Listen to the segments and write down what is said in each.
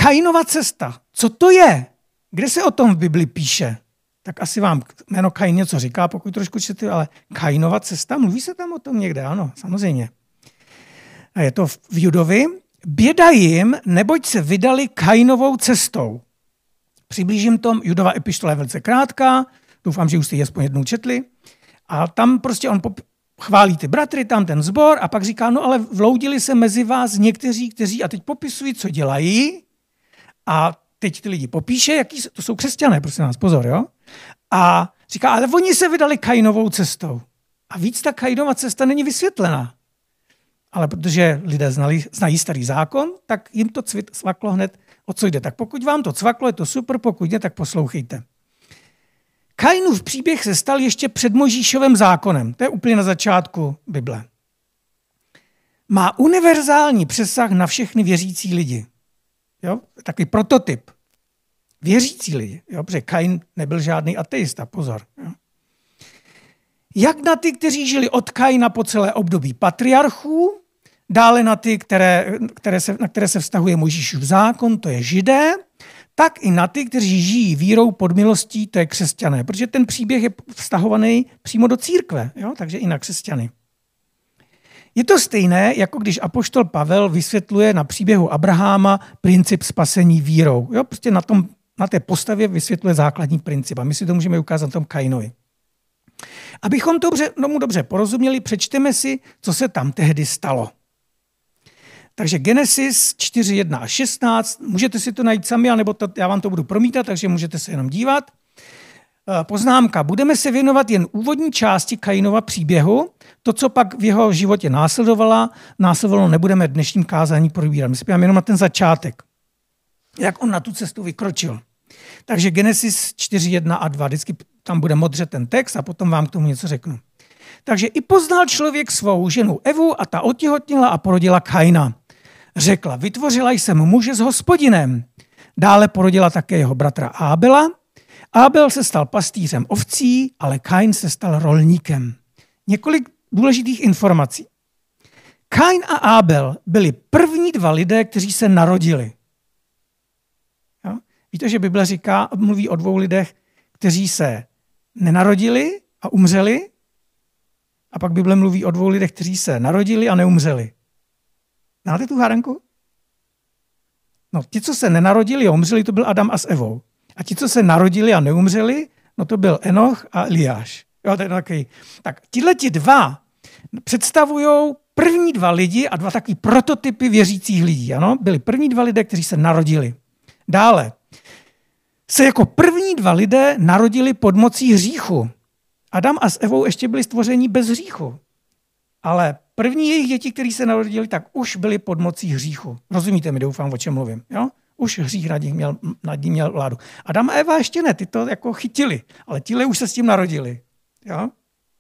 Kainova cesta. Co to je? Kde se o tom v Bibli píše? Tak asi vám jméno Kain něco říká, pokud trošku čtete, ale Kainova cesta, mluví se tam o tom někde? Ano, samozřejmě. A je to v Judovi. Běda jim, neboť se vydali Kainovou cestou. Přiblížím to, Judova epištola je velice krátká, doufám, že už jste ji aspoň jednou četli. A tam prostě on chválí ty bratry, tam ten sbor a pak říká, no ale vloudili se mezi vás někteří, kteří, a teď popisují, co dělají a teď ty lidi popíše, jaký to jsou křesťané, prosím vás, pozor, jo? A říká, ale oni se vydali Kainovou cestou. A víc ta Kainova cesta není vysvětlená. Ale protože lidé znají starý zákon, tak jim to cvaklo hned, o co jde. Tak pokud vám to cvaklo, je to super, pokud ne, tak poslouchejte. Kainův příběh se stal ještě před Mojžíšovým zákonem. To je úplně na začátku Bible. Má univerzální přesah na všechny věřící lidi. Jo? Takový prototyp. Věřící lidi. Jo? Protože Kain nebyl žádný ateista, pozor. Jo? Jak na ty, kteří žili od Kaina po celé období patriarchů, dále na ty, na které se vztahuje Mojžíšův zákon, to je Židé, tak i na ty, kteří žijí vírou pod milostí, to je křesťané. Protože ten příběh je vztahovaný přímo do církve, jo? Takže i na křesťany. Je to stejné, jako když apoštol Pavel vysvětluje na příběhu Abraháma princip spasení vírou. Jo? Prostě na té postavě vysvětluje základní princip. A my si to můžeme ukázat na tom Kainovi. Abychom tomu dobře porozuměli, přečteme si, co se tam tehdy stalo. Takže Genesis 4, 1 a 16, můžete si to najít sami, anebo já vám to budu promítat, takže můžete se jenom dívat. Poznámka. Budeme se věnovat jen úvodní části Kainova příběhu. To, co pak v jeho životě následovalo, nebudeme dnešním kázání probírat. My se jenom na ten začátek. Jak on na tu cestu vykročil. Takže Genesis 4, 1 a 2. Vždycky tam bude modře ten text a potom vám k tomu něco řeknu. Takže i poznal člověk svou ženu Evu a ta otěhotněla a porodila Kaina. Řekla, vytvořila jsem muže s Hospodinem. Dále porodila také jeho bratra Ábela. Ábel se stal pastýřem ovcí, ale Kain se stal rolníkem. Několik důležitých informací. Kain a Ábel byli první dva lidé, kteří se narodili. Jo? Víte, že Bible mluví o dvou lidech, kteří se nenarodili a umřeli, a pak Bible mluví o dvou lidech, kteří se narodili a neumřeli. Znáte tu hádanku? No, ti, co se nenarodili a umřeli, to byl Adam a s Evou. A ti, co se narodili a neumřeli, no to byl Enoch a Eliáš. Jo, to je takový. Tak tihleti dva představují první dva lidi a dva takový prototypy věřících lidí. Ano? Byli první dva lidé, kteří se narodili. Dále se jako první dva lidé narodili pod mocí hříchu. Adam a s Evou ještě byli stvoření bez hříchu. Ale první jejich děti, kteří se narodili, tak už byli pod mocí hříchu. Rozumíte mi, doufám, o čem mluvím. Jo? Už hřích nad ním měl vládu. Adam a Eva ještě ne, ty to jako chytili, ale tihle už se s tím narodili. Jo?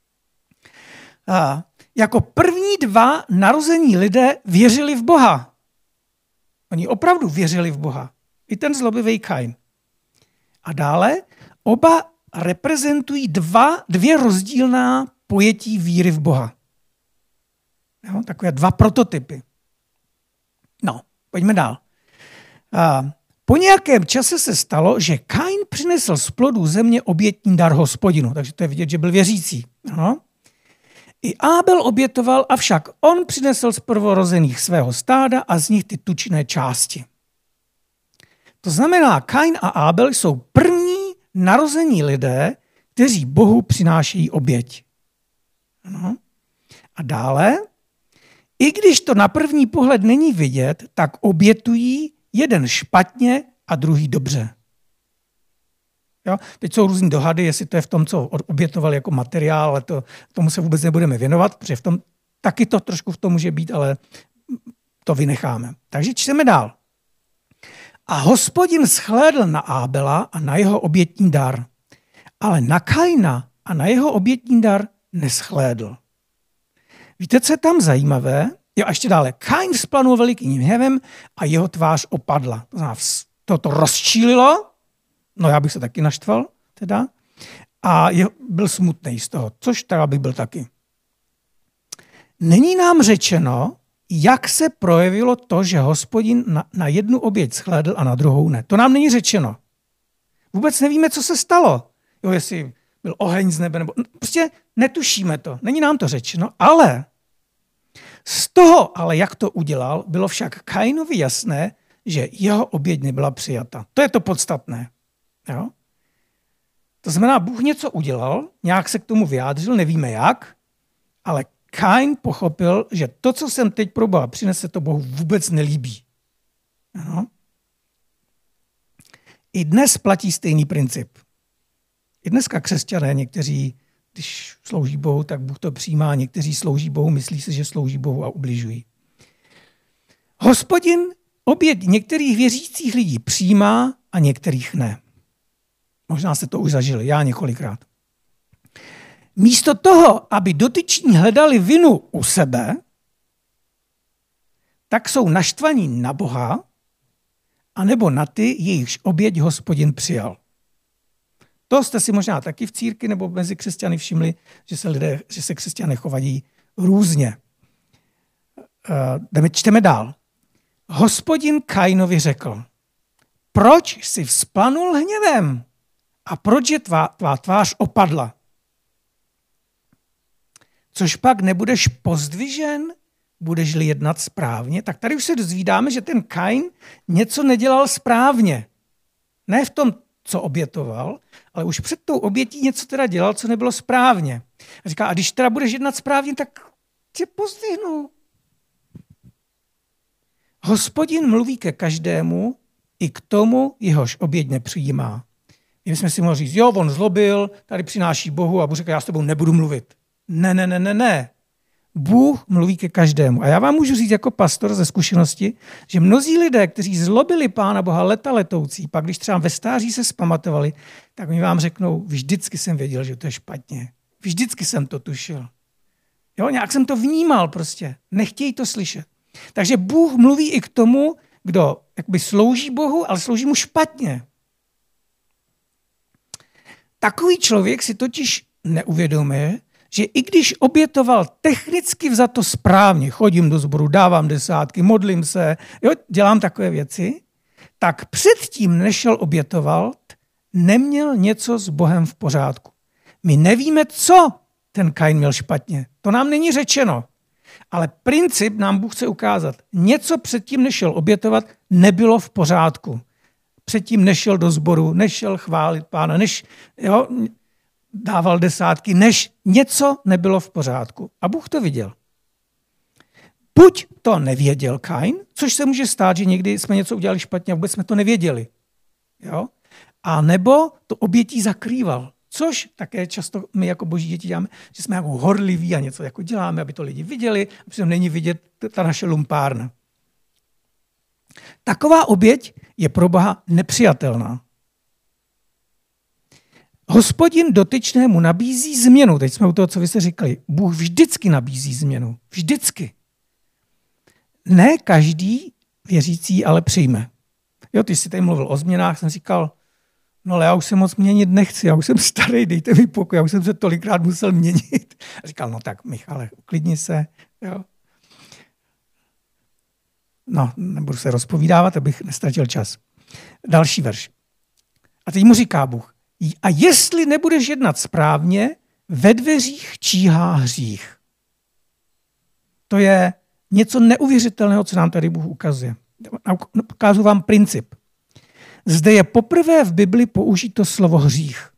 A jako první dva narození lidé věřili v Boha. Oni opravdu věřili v Boha. I ten zlobivý Kain. A dále oba reprezentují dvě rozdílná pojetí víry v Boha. Jo? Takové dva prototypy. No, pojďme dál. Po nějakém čase se stalo, že Kain přinesl z plodů země obětní dar Hospodinu. Takže to je vidět, že byl věřící. No. I Ábel obětoval, avšak on přinesl z prvorozených svého stáda a z nich ty tučné části. To znamená, Kain a Ábel jsou první narození lidé, kteří Bohu přinášejí oběť. No. A dále, i když to na první pohled není vidět, tak obětují jeden špatně a druhý dobře. Jo? Teď jsou různý dohady, jestli to je v tom, co obětovali jako materiál, ale tomu se vůbec nebudeme věnovat, protože v tom taky to trošku v tom může být, ale to vynecháme. Takže čteme dál. A Hospodin shlédl na Ábela a na jeho obětní dar, ale na Kaina a na jeho obětní dar neschlédl. Víte, co je tam zajímavé? Jo, a ještě dále. Kain vzplanul velikým hněvem a jeho tvář opadla. To znamená, to rozčílilo, no já bych se taky naštval, teda, a byl smutný z toho, což teda by byl taky. Není nám řečeno, jak se projevilo to, že Hospodin na jednu oběť shlédl a na druhou ne. To nám není řečeno. Vůbec nevíme, co se stalo. Jo, jestli byl oheň z nebe, nebo prostě netušíme to. Není nám to řečeno, ale z toho, jak to udělal, bylo však Kainovi jasné, že jeho oběť nebyla přijata. To je to podstatné. Jo? To znamená, Bůh něco udělal, nějak se k tomu vyjádřil, nevíme jak, ale Kain pochopil, že to, co jsem teď pro Boha přinese, to Bohu vůbec nelíbí. Ano? I dnes platí stejný princip. I dneska křesťané, někteří, když slouží Bohu, tak Bůh to přijímá, někteří slouží Bohu, myslí si, že slouží Bohu a ubližují. Hospodin oběť některých věřících lidí přijímá a některých ne. Možná jste to už zažili, já několikrát. Místo toho, aby dotyční hledali vinu u sebe, tak jsou naštvaní na Boha anebo na ty, jejichž oběť Hospodin přijal. To jste si možná taky v církvi nebo mezi křesťany všimli, že se křesťané chovají různě. Čteme dál. Hospodin Kainovi řekl, proč jsi vzplanul hněvem a proč je tvá tvář opadla? Což pak nebudeš pozdvižen, budeš-li jednat správně? Tak tady už se dozvídáme, že ten Kain něco nedělal správně. Ne v tom, co obětoval, ale už před tou obětí něco teda dělal, co nebylo správně. A říká, a když teda budeš jednat správně, tak tě pozdvihnu. Hospodin mluví ke každému, i k tomu, jehož oběť nepřijímá. Kdybychom si mohli říct, jo, on zlobil, tady přináší Bohu a Bůh říká, já s tebou nebudu mluvit. Ne. Bůh mluví ke každému. A já vám můžu říct jako pastor ze zkušenosti, že mnozí lidé, kteří zlobili Pána Boha leta letoucí, pak když třeba ve stáří se zpamatovali, tak mi vám řeknou, vždycky jsem věděl, že to je špatně. Vždycky jsem to tušil. Jo, nějak jsem to vnímal prostě. Nechtějí to slyšet. Takže Bůh mluví i k tomu, kdo jakoby slouží Bohu, ale slouží mu špatně. Takový člověk si totiž neuvědomuje, že i když obětoval technicky vzato správně, chodím do sboru, dávám desátky, modlím se, jo, dělám takové věci, tak předtím, než šel obětovat, neměl něco s Bohem v pořádku. My nevíme, co ten Kain měl špatně. To nám není řečeno. Ale princip nám Bůh chce ukázat. Něco předtím, než šel obětovat, nebylo v pořádku. Předtím nešel do sboru, nešel chválit Pána, než dával desátky, než něco nebylo v pořádku. A Bůh to viděl. Buď to nevěděl Kain, což se může stát, že někdy jsme něco udělali špatně a vůbec jsme to nevěděli. Jo? A nebo to obětí zakrýval. Což také často my jako boží děti děláme, že jsme jako horliví a něco jako děláme, aby to lidi viděli, a přitom není vidět ta naše lumpárna. Taková oběť je pro Boha nepřijatelná. Hospodin dotyčnému nabízí změnu. Teď jsme u toho, co vy jste říkali. Bůh vždycky nabízí změnu. Vždycky. Ne každý věřící ale přijme. Jo, ty jsi tady mluvil o změnách, jsem říkal, no ale já už se moc měnit nechci, já už jsem starý, dejte mi pokoj, já už jsem se tolikrát musel měnit. A říkal, no tak Michale, uklidni se. Jo. No, nebudu se rozpovídávat, abych nestratil čas. Další verš. A teď mu říká Bůh, a jestli nebudeš jednat správně, ve dveřích číhá hřích. To je něco neuvěřitelného, co nám tady Bůh ukazuje. Ukážu vám princip. Zde je poprvé v Bibli použito slovo hřích.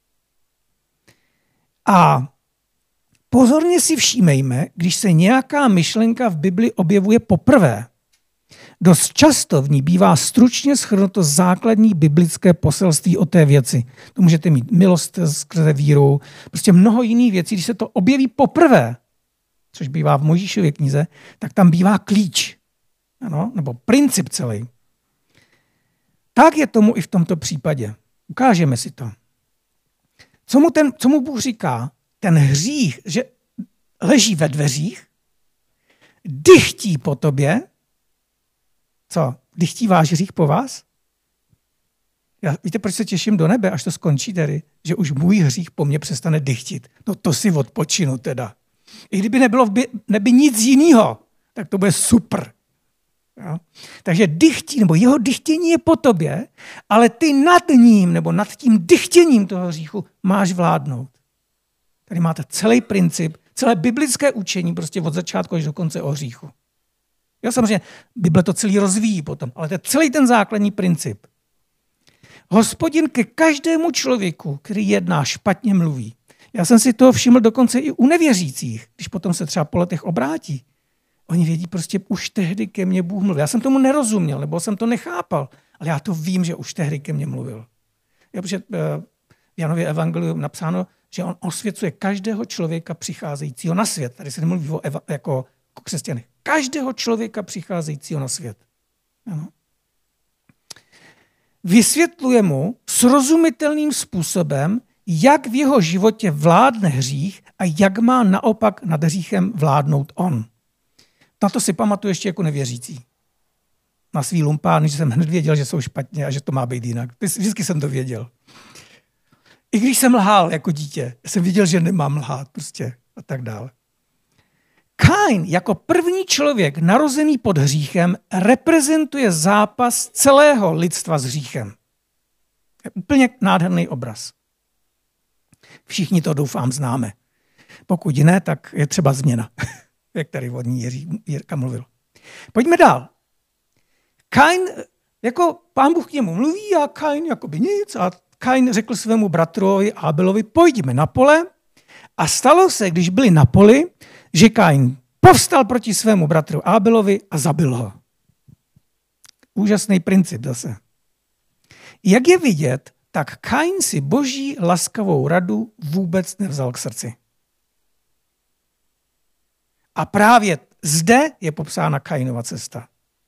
A pozorně si všímejme, když se nějaká myšlenka v Bibli objevuje poprvé. Dost často v ní bývá stručně shrnuto základní biblické poselství o té věci. To můžete mít milost skrze víru, prostě mnoho jiných věcí. Když se to objeví poprvé, což bývá v Mojžíšově knize, tak tam bývá klíč, ano, nebo princip celý. Tak je tomu i v tomto případě. Ukážeme si to. Co mu Bůh říká? Ten hřích, že leží ve dveřích, dychtí po tobě. Co? Dychtí váš hřích po vás? Víte, proč se těším do nebe, až to skončí tedy? Že už můj hřích po mně přestane dychtit. No to si odpočinu teda. I kdyby nebylo v nebi nic jiného, tak to bude super. Jo? Takže nebo jeho dychtění je po tobě, ale ty nad ním nebo nad tím dychtěním toho hříchu máš vládnout. Tady máte celý princip, celé biblické učení prostě od začátku až do konce o hříchu. Jo, samozřejmě Bible to celý rozvíjí potom, ale to je celý ten základní princip. Hospodin ke každému člověku, který jedná, špatně mluví. Já jsem si toho všiml dokonce i u nevěřících, když potom se třeba po letech obrátí. Oni vědí prostě, už tehdy ke mně Bůh mluvil. Já jsem tomu nerozuměl, nebo jsem to nechápal, ale já to vím, že už tehdy ke mně mluvil. Protože v Janově evangeliu napsáno, že on osvěcuje každého člověka přicházejícího na svět. Tady se nemluví jako křesťany. Každého člověka přicházejícího na svět. Ano. Vysvětluje mu srozumitelným způsobem, jak v jeho životě vládne hřích a jak má naopak nad hříchem vládnout on. Na to si pamatuju ještě jako nevěřící. Na svý lumpárny, že jsem hned věděl, že jsou špatně a že to má být jinak. Vždycky jsem to věděl. I když jsem lhal jako dítě, jsem věděl, že nemám lhát prostě a tak dále. Kain jako první člověk narozený pod hříchem reprezentuje zápas celého lidstva s hříchem. Je úplně nádherný obraz. Všichni to doufám známe. Pokud ne, tak je třeba změna, jak tady od ní Jirka mluvil. Pojďme dál. Kain, jako Pán Bůh k němu mluví a Kain jakoby nic a Kain řekl svému bratrovi Abelovi, pojďme na pole. A stalo se, když byli na poli, že Kain povstal proti svému bratru Abelovi a zabil ho. Úžasný princip zase. Jak je vidět, tak Kain si boží laskavou radu vůbec nevzal k srdci. A právě zde je popsána Kainova cesta.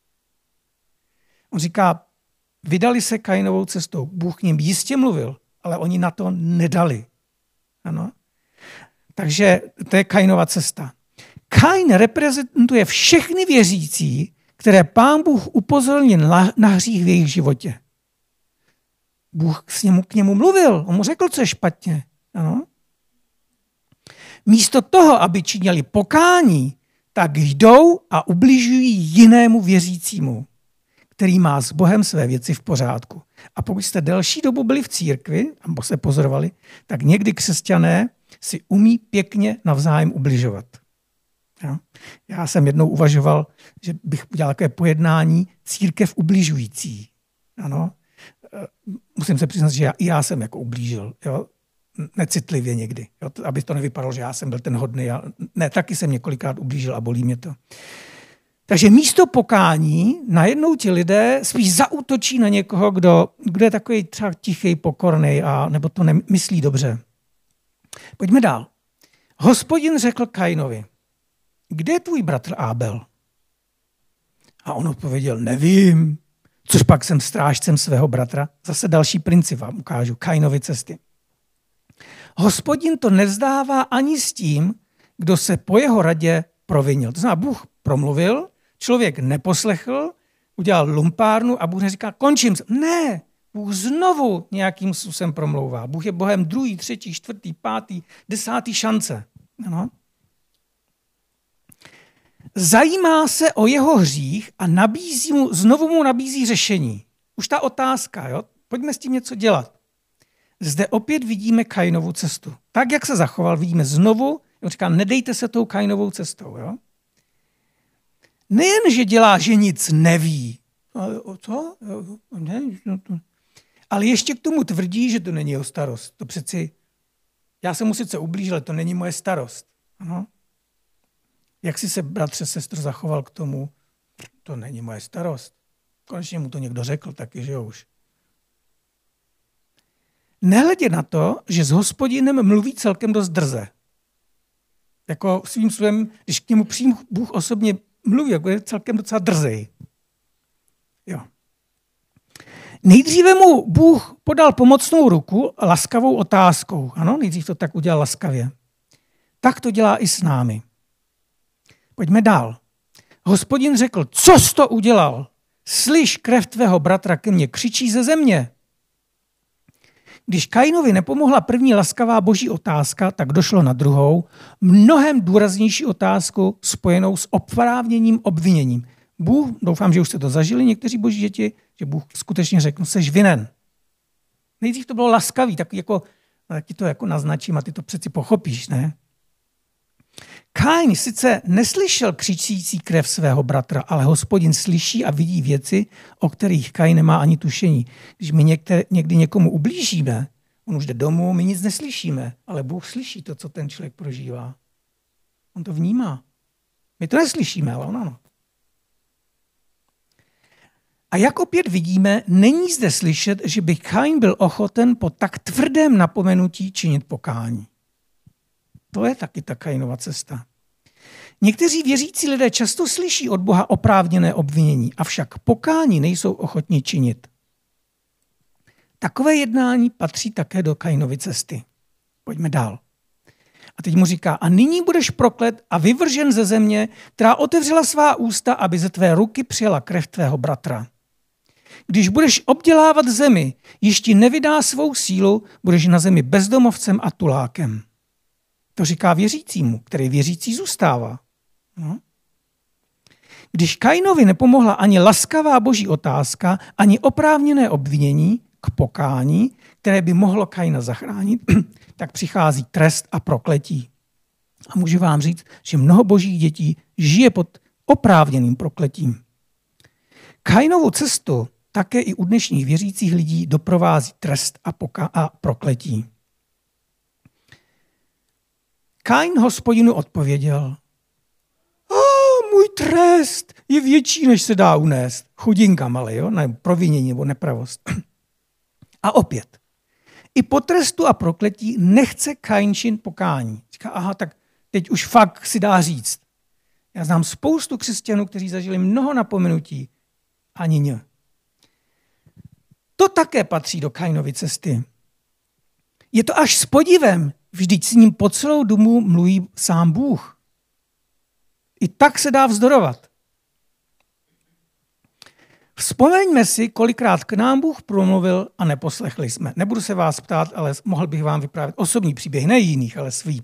On říká, vydali se Kainovou cestou. Bůh k ním jistě mluvil, ale oni na to nedali. Ano. Takže to je Kainova cesta. Kain reprezentuje všechny věřící, které Pán Bůh upozornil na hřích v jejich životě. Bůh k němu mluvil, on mu řekl, co je špatně. Ano. Místo toho, aby činili pokání, tak jdou a ubližují jinému věřícímu, který má s Bohem své věci v pořádku. A pokud jste delší dobu byli v církvi, nebo se pozorovali, tak někdy křesťané si umí pěkně navzájem ubližovat. Já jsem jednou uvažoval, že bych udělal takové pojednání církev ubližující. Ano. Musím se přiznat, že já jsem jako ublížil. Jo? Necitlivě někdy. Jo? Aby to nevypadalo, že já jsem byl ten hodný. Ne, taky jsem několikrát ublížil a bolí mě to. Takže místo pokání najednou ti lidé spíš zaútočí na někoho, kdo je takový třeba tichý, pokorný a nebo to nemyslí dobře. Pojďme dál. Hospodin řekl Kainovi, kde je tvůj bratr Abel? A on odpověděl, nevím. Což pak jsem strážcem svého bratra. Zase další princip vám ukážu. Kainovy cesty. Hospodin to nevzdává ani s tím, kdo se po jeho radě provinil. To znamená, Bůh promluvil, člověk neposlechl, udělal lumpárnu a Bůh neříká, končím. Ne, Bůh znovu nějakým způsobem promlouvá. Bůh je Bohem druhý, třetí, čtvrtý, pátý, desátý šance. Ano. Zajímá se o jeho hřích a znovu mu nabízí řešení. Už ta otázka, jo? Pojďme s tím něco dělat. Zde opět vidíme Kainovu cestu. Tak, jak se zachoval, vidíme znovu, on říká, nedejte se tou Kainovou cestou. Jo? Nejen, že dělá, že nic neví, co? Ne, ale ještě k tomu tvrdí, že to není jeho starost. To přeci, já jsem mu sice ublížil, ale to není moje starost. Ano? Jak jsi se, bratře, sestro, zachoval k tomu? To není moje starost. Konečně mu to někdo řekl, taky, že jo už. Nehledě na to, že s Hospodinem mluví celkem dost drze. Jako svým způsobem, když k němu přímo Bůh osobně mluví, jako je celkem docela drzej. Jo. Nejdříve mu Bůh podal pomocnou ruku laskavou otázkou. Ano, nejdřív to tak udělal laskavě. Tak to dělá i s námi. Pojďme dál. Hospodin řekl, co jsi to udělal? Slyš, krev tvého bratra ke mně křičí ze země. Když Kainovi nepomohla první laskavá boží otázka, tak došlo na druhou, mnohem důraznější otázku spojenou s oprávněním obviněním. Bůh, doufám, že už jste to zažili někteří boží děti, že Bůh skutečně řekl, seš vinen. Nejdřív to bylo laskavý, tak jako, ti to jako naznačím a ty to přeci pochopíš, ne? Kain sice neslyšel křičící krev svého bratra, ale Hospodin slyší a vidí věci, o kterých Kain nemá ani tušení. Když my někdy někomu ublížíme, on už jde domů, my nic neslyšíme, ale Bůh slyší to, co ten člověk prožívá. On to vnímá. My to neslyšíme, ale on ano. A jak opět vidíme, není zde slyšet, že by Kain byl ochoten po tak tvrdém napomenutí činit pokání. To je taky ta Kainova cesta. Někteří věřící lidé často slyší od Boha oprávněné obvinění, avšak pokání nejsou ochotni činit. Takové jednání patří také do Kainovy cesty. Pojďme dál. A teď mu říká, a nyní budeš proklet a vyvržen ze země, která otevřela svá ústa, aby ze tvé ruky přijala krev tvého bratra. Když budeš obdělávat zemi, již ti nevydá svou sílu, budeš na zemi bezdomovcem a tulákem. To říká věřícímu, který věřící zůstává. No. Když Kainovi nepomohla ani laskavá boží otázka, ani oprávněné obvinění k pokání, které by mohlo Kaina zachránit, tak přichází trest a prokletí. A můžu vám říct, že mnoho božích dětí žije pod oprávněným prokletím. Kainovu cestu také i u dnešních věřících lidí doprovází trest a prokletí. Kain Hospodinu odpověděl, můj trest je větší, než se dá unést. Chudinka malý, jo? Ne, provinění nebo nepravost. A opět, i po trestu a prokletí nechce Kain činit pokání. Říká, aha, tak teď už fakt si dá říct. Já znám spoustu křesťanů, kteří zažili mnoho napomenutí, ani ně. To také patří do Kainovy cesty. Je to až s podivem, vždyť s ním po celou dobu mluví sám Bůh. I tak se dá vzdorovat. Vzpomeňme si, kolikrát k nám Bůh promluvil a neposlechli jsme. Nebudu se vás ptát, ale mohl bych vám vyprávět osobní příběh, ne jiných, ale svý.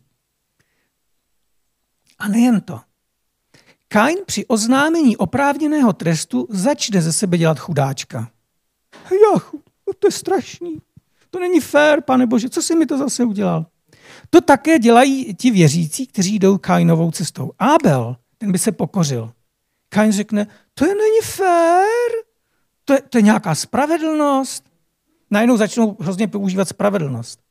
A nejen to. Kain při oznámení oprávněného trestu začne ze sebe dělat chudáčka. To je strašný. To není fér, Pane Bože, co jsi mi to zase udělal? To také dělají ti věřící, kteří jdou Kainovou cestou. Abel, ten by se pokořil. Kain řekne, to není fér, to je nějaká spravedlnost. Najednou začnou hrozně používat spravedlnost.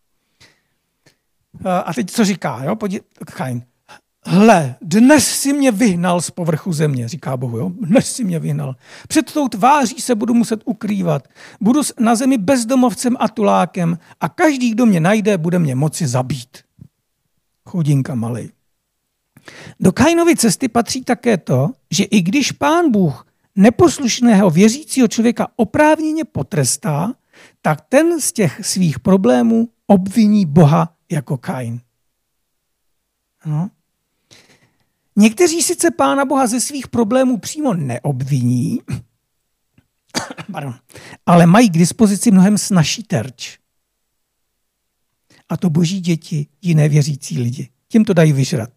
A teď co říká, jo? Kain. Hle, dnes si mě vyhnal z povrchu země, říká Bohu, jo? Dnes si mě vyhnal. Před tou tváří se budu muset ukrývat. Budu na zemi bezdomovcem a tulákem a každý, kdo mě najde, bude mě moci zabít. Chudinka malej. Do Kainovy cesty patří také to, že i když Pán Bůh neposlušného věřícího člověka oprávněně potrestá, tak ten z těch svých problémů obviní Boha jako Kain. No. Někteří sice Pána Boha ze svých problémů přímo neobviní, ale mají k dispozici mnohem snazší terč. A to boží děti, jiné věřící lidi. Těm to dají vyžrat.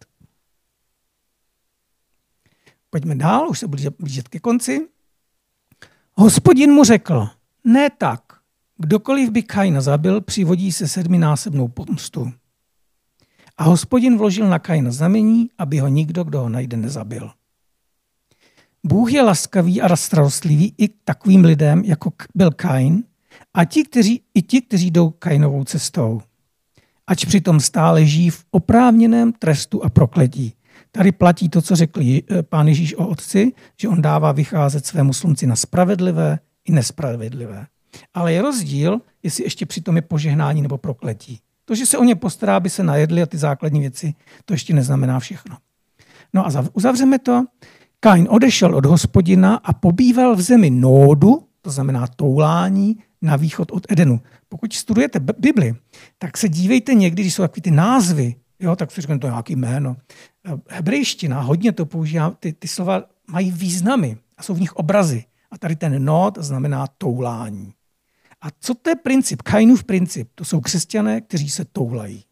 Pojďme dál, už se budu blížit ke konci. Hospodin mu řekl, ne tak, kdokoliv by Kaina zabil, přivodí se 7násobnou pomstu. A Hospodin vložil na Kaina znamení, aby ho nikdo, kdo ho najde, nezabil. Bůh je laskavý a starostlivý i k takovým lidem, jako byl Kain, a ti, kteří jdou Kainovou cestou. Ač přitom stále žijí v oprávněném trestu a prokletí. Tady platí to, co řekl Pán Ježíš o Otci, že on dává vycházet svému slunci na spravedlivé i nespravedlivé. Ale je rozdíl, jestli ještě přitom je požehnání nebo prokletí. To, že se o ně postará, aby se najedli a ty základní věci, to ještě neznamená všechno. No a uzavřeme to. Kain odešel od Hospodina a pobýval v zemi Nódu, to znamená toulání, na východ od Edenu. Pokud studujete Bibli, tak se dívejte někdy, když jsou takový ty názvy, jo, tak si řeknete, to je nějaký jméno. Hebrejština hodně to používá, ty slova mají významy a jsou v nich obrazy. A tady ten Nód znamená toulání. A co to je princip? Kainův princip. To jsou křesťané, kteří se toulají.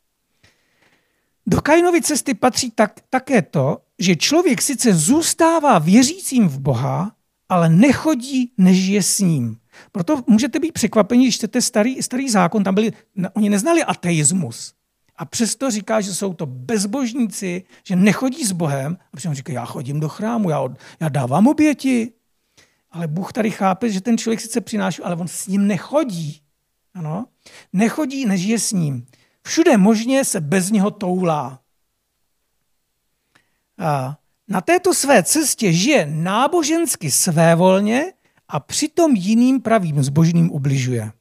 Do Kainovy cesty patří také to, že člověk sice zůstává věřícím v Boha, ale nechodí, nežije s ním. Proto můžete být překvapeni, když čtete starý zákon, tam oni neznali ateismus. A přesto říká, že jsou to bezbožníci, že nechodí s Bohem. A přitom říká, já chodím do chrámu, já dávám oběti. Ale Bůh tady chápe, že ten člověk sice přináší, ale on s ním nechodí. Ano? Nechodí, nežije s ním. Všude možně se bez něho toulá. A na této své cestě žije nábožensky svévolně a přitom jiným pravým zbožným ubližuje.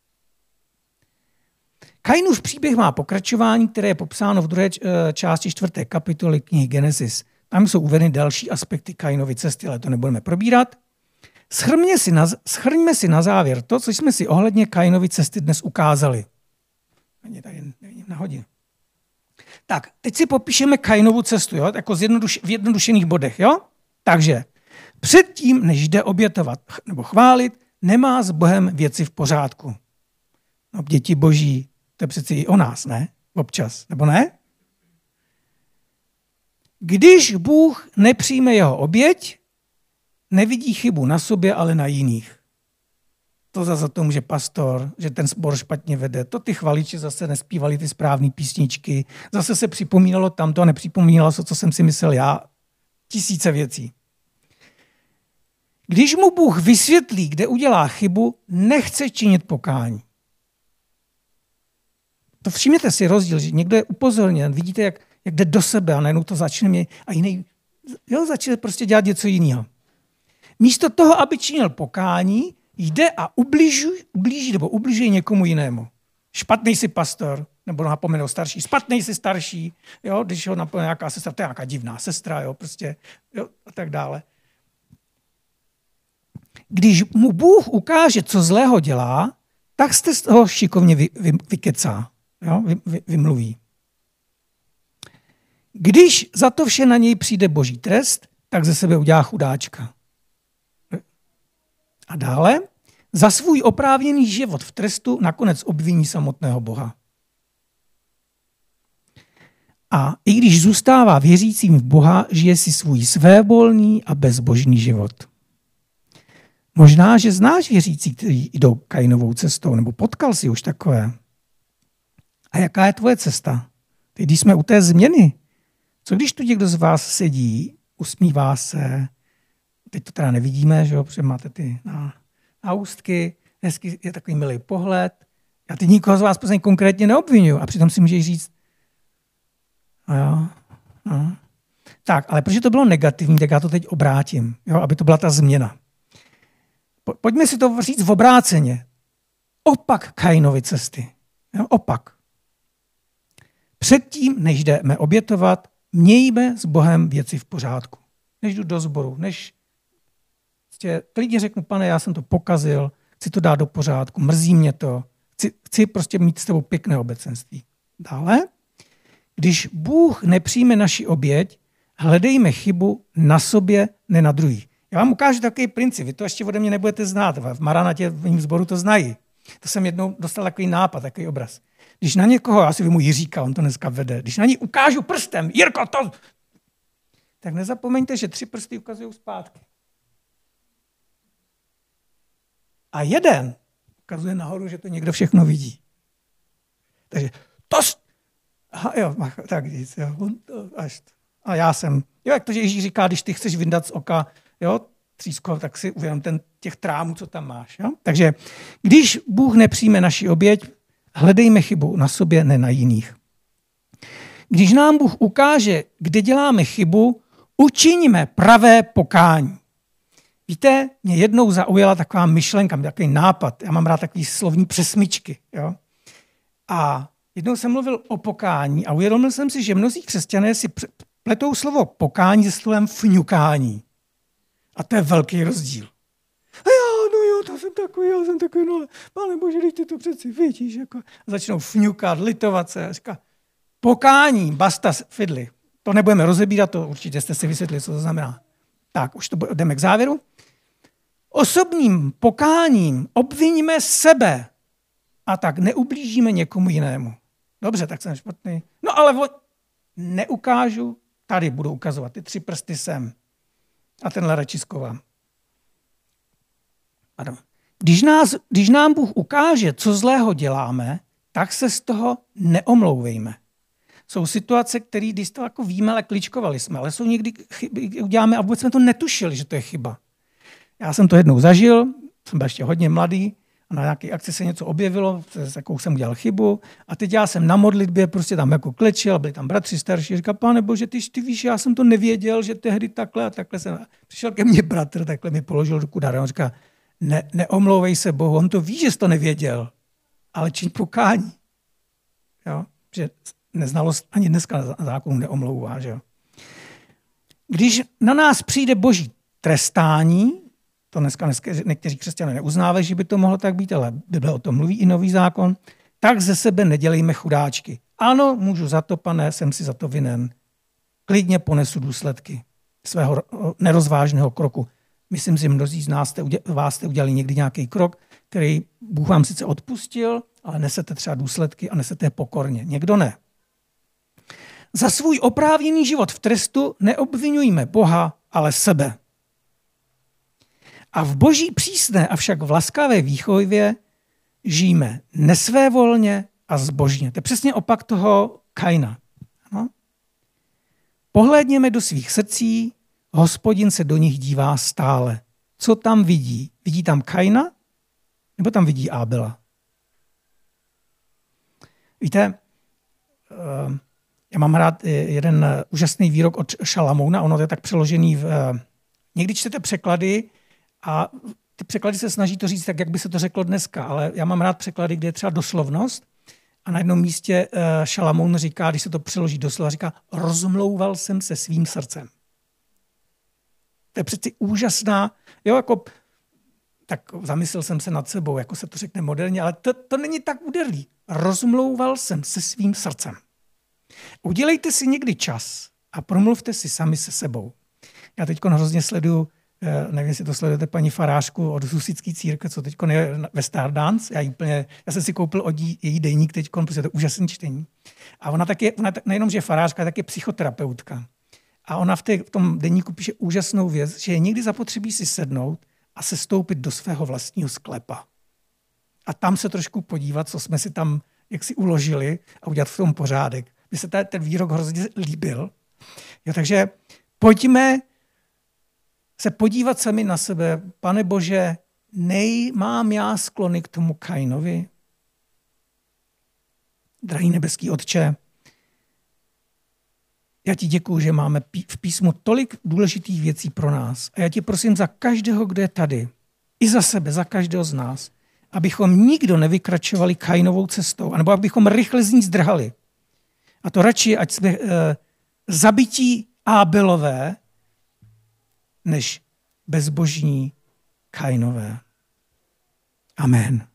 Kainův příběh má pokračování, které je popsáno v druhé části 4. kapitoly knihy Genesis. Tam jsou uvedeny další aspekty Kainovy cesty, ale to nebudeme probírat. Shrňme si na závěr to, co jsme si ohledně Kainovy cesty dnes ukázali. Ani tady nevidím na hodinu. Tak, teď si popíšeme Kainovu cestu, jo? Jako v jednodušených bodech. Jo? Takže předtím, než jde obětovat nebo chválit, nemá s Bohem věci v pořádku. No, děti boží, to je přeci i o nás, ne? Občas, nebo ne? Když Bůh nepřijme jeho oběť, nevidí chybu na sobě, ale na jiných. To za to může pastor, že ten sbor špatně vede. To ty chvaliči zase nespívali ty správné písničky. Zase se připomínalo tamto a nepřipomínalo se, co jsem si myslel já. Tisíce věcí. Když mu Bůh vysvětlí, kde udělá chybu, nechce činit pokání. To všimněte si rozdíl, že někdo je upozorněn, vidíte, jak jde do sebe a najednou to začne mě a jiný začne prostě dělat něco jiného. Místo toho, aby činil pokání, jde a ublíží někomu jinému. Špatnej si pastor, nebo napomenou starší, špatnej si starší, jo, když ho napomene nějaká sestra, to je nějaká divná sestra, jo, prostě, jo, a tak dále. Když mu Bůh ukáže, co zlého dělá, tak jste z toho šikovně vykecá, jo, vymluví. Když za to vše na něj přijde boží trest, tak ze sebe udělá chudáčka. A dále, za svůj oprávněný život v trestu nakonec obviní samotného Boha. A i když zůstává věřícím v Boha, žije si svůj svévolný a bezbožný život. Možná, že znáš věřící, kteří jdou Kainovou cestou, nebo potkal si už takové. A jaká je tvoje cesta? Teď, když jsme u té změny, co když tu někdo z vás sedí, usmívá se, teď to teda nevidíme, že jo, protože máte ty na ústky, hezky je takový milý pohled. Já teď nikoho z vás konkrétně neobvinuju a přitom si můžeš říct, no. Tak, ale protože to bylo negativní, tak já to teď obrátím, jo, aby to byla ta změna. Pojďme si to říct v obráceně. Opak Kainovy cesty. Jo, opak. Předtím, než jdeme obětovat, mějme s Bohem věci v pořádku. Než jdu do sboru, než klidně řeknu, pane, já jsem to pokazil, chci to dát do pořádku, mrzí mě to, chci prostě mít s tebou pěkné obecenství. Dále, když Bůh nepřijme naši oběť, hledejme chybu na sobě, ne na druhých. Já vám ukážu takový princip, vy to ještě ode mě nebudete znát, v Maranatě v mém sboru to znají. To jsem jednou dostal takový nápad, takový obraz. Když na někoho, já si vymu Jiříka, on to dneska vede, když na ní ukážu prstem, Jirko, to... Tak nezapomeňte, že 3 prsty ukazují zpátky. A jeden ukazuje nahoru, že to někdo všechno vidí. Takže to... Aha, jo, tak říct, jo, a já jsem... Jo, jak to, že Ježíš říká, když ty chceš vyndat z oka, jo, třísko, tak si uvědom těch trámů, co tam máš. Jo? Takže když Bůh nepřijme naši oběť, hledejme chybu na sobě, ne na jiných. Když nám Bůh ukáže, kde děláme chybu, učiňme pravé pokání. Víte, mě jednou zaujala taková myšlenka, takový nápad. Já mám rád takový slovní přesmyčky. Jo? A jednou jsem mluvil o pokání a uvědomil jsem si, že mnozí křesťané si pletou slovo pokání se slovem fňukání. A to je velký rozdíl. A já jsem takový, no, Pane Bože, když ty to přeci vidíš. Jako. A začnou fňukat, litovat se. A říká, pokání, basta fidly. To nebudeme rozebírat, to určitě jste si vysvětlili, co to znamená. Tak, už to jdeme k závěru. osobním pokáním obviníme sebe a tak neublížíme někomu jinému. Dobře, tak jsem špatný. No ale neukážu, tady budu ukazovat, ty 3 prsty sem. A tenhle radši schovám. Když nám Bůh ukáže, co zlého děláme, tak se z toho neomlouvejme. Jsou situace, které, když to jako víme, ale kličkovali jsme, ale jsou někdy chyby, uděláme a vůbec jsme to netušili, že to je chyba. Já jsem to jednou zažil, jsem byl ještě hodně mladý, a na nějaké akci se něco objevilo, s jakou jsem udělal chybu, a teď já jsem na modlitbě prostě tam jako klečel, byli tam bratři starší, říkal, Pane Bože, ty víš, já jsem to nevěděl, že tehdy takhle a takhle jsem. Přišel ke mně bratr, takhle mi položil ruku na rameno, říká, neomlouvej se Bohu, on to ví, že jsi to nevěděl, ale čiň pokání. Jo? Že neznalost ani dneska zákonu neomlouvá. Že jo? Když na nás přijde boží trestání, to dneska někteří křesťané neuznávají, že by to mohlo tak být, ale Bible o tom mluví i nový zákon, tak ze sebe nedělejme chudáčky. Ano, můžu za to, Pane, jsem si za to vinen. Klidně ponesu důsledky svého nerozvážného kroku. Myslím si, mnozí z vás jste udělali někdy nějaký krok, který Bůh vám sice odpustil, ale nesete třeba důsledky a nesete je pokorně. Někdo ne. Za svůj oprávněný život v trestu neobvinujme Boha, ale sebe. A v boží přísné, avšak v laskavé výchově žijeme nesvévolně a zbožně. To je přesně opak toho Kaina. No? Pohlédněme do svých srdcí, Hospodin se do nich dívá stále. Co tam vidí? Vidí tam Kaina? Nebo tam vidí Ábela? Víte, já mám rád jeden úžasný výrok od Šalamouna, ono je tak přeložený někdy čtete překlady a ty překlady se snaží to říct tak, jak by se to řeklo dneska, ale já mám rád překlady, kde je třeba doslovnost a na jednom místě Šalamoun říká, když se to přeloží doslova, říká, rozmlouval jsem se svým srdcem. To je přeci úžasná, jo, jako, tak zamyslel jsem se nad sebou, jako se to řekne moderně, ale to není tak úderný. Rozmlouval jsem se svým srdcem. Udělejte si někdy čas a promluvte si sami se sebou. Já teď hrozně sleduju, nevím, jestli to sledujete, paní farářku od Husitské církve, co teď je ve Stardance. Já jsem si koupil její deník teď, protože to je úžasné čtení. A ona nejenom, že je farářka, tak je psychoterapeutka. A ona v tom deníku píše úžasnou věc, že je někdy zapotřebí si sednout a se stoupit do svého vlastního sklepa. A tam se trošku podívat, co jsme si tam jaksi uložili a udělat v tom pořádek. Mně se ten výrok hrozně líbil. Jo, takže pojďme se podívat sami na sebe. Pane Bože, mám já sklony k tomu Kainovi? Drahý nebeský Otče, já ti děkuju, že máme v písmu tolik důležitých věcí pro nás. A já ti prosím za každého, kdo je tady, i za sebe, za každého z nás, abychom nikdo nevykračovali Kainovou cestou, anebo abychom rychle z ní zdrhali. A to radši, ať jsme zabití Ábelové, než bezbožní Kainové. Amen.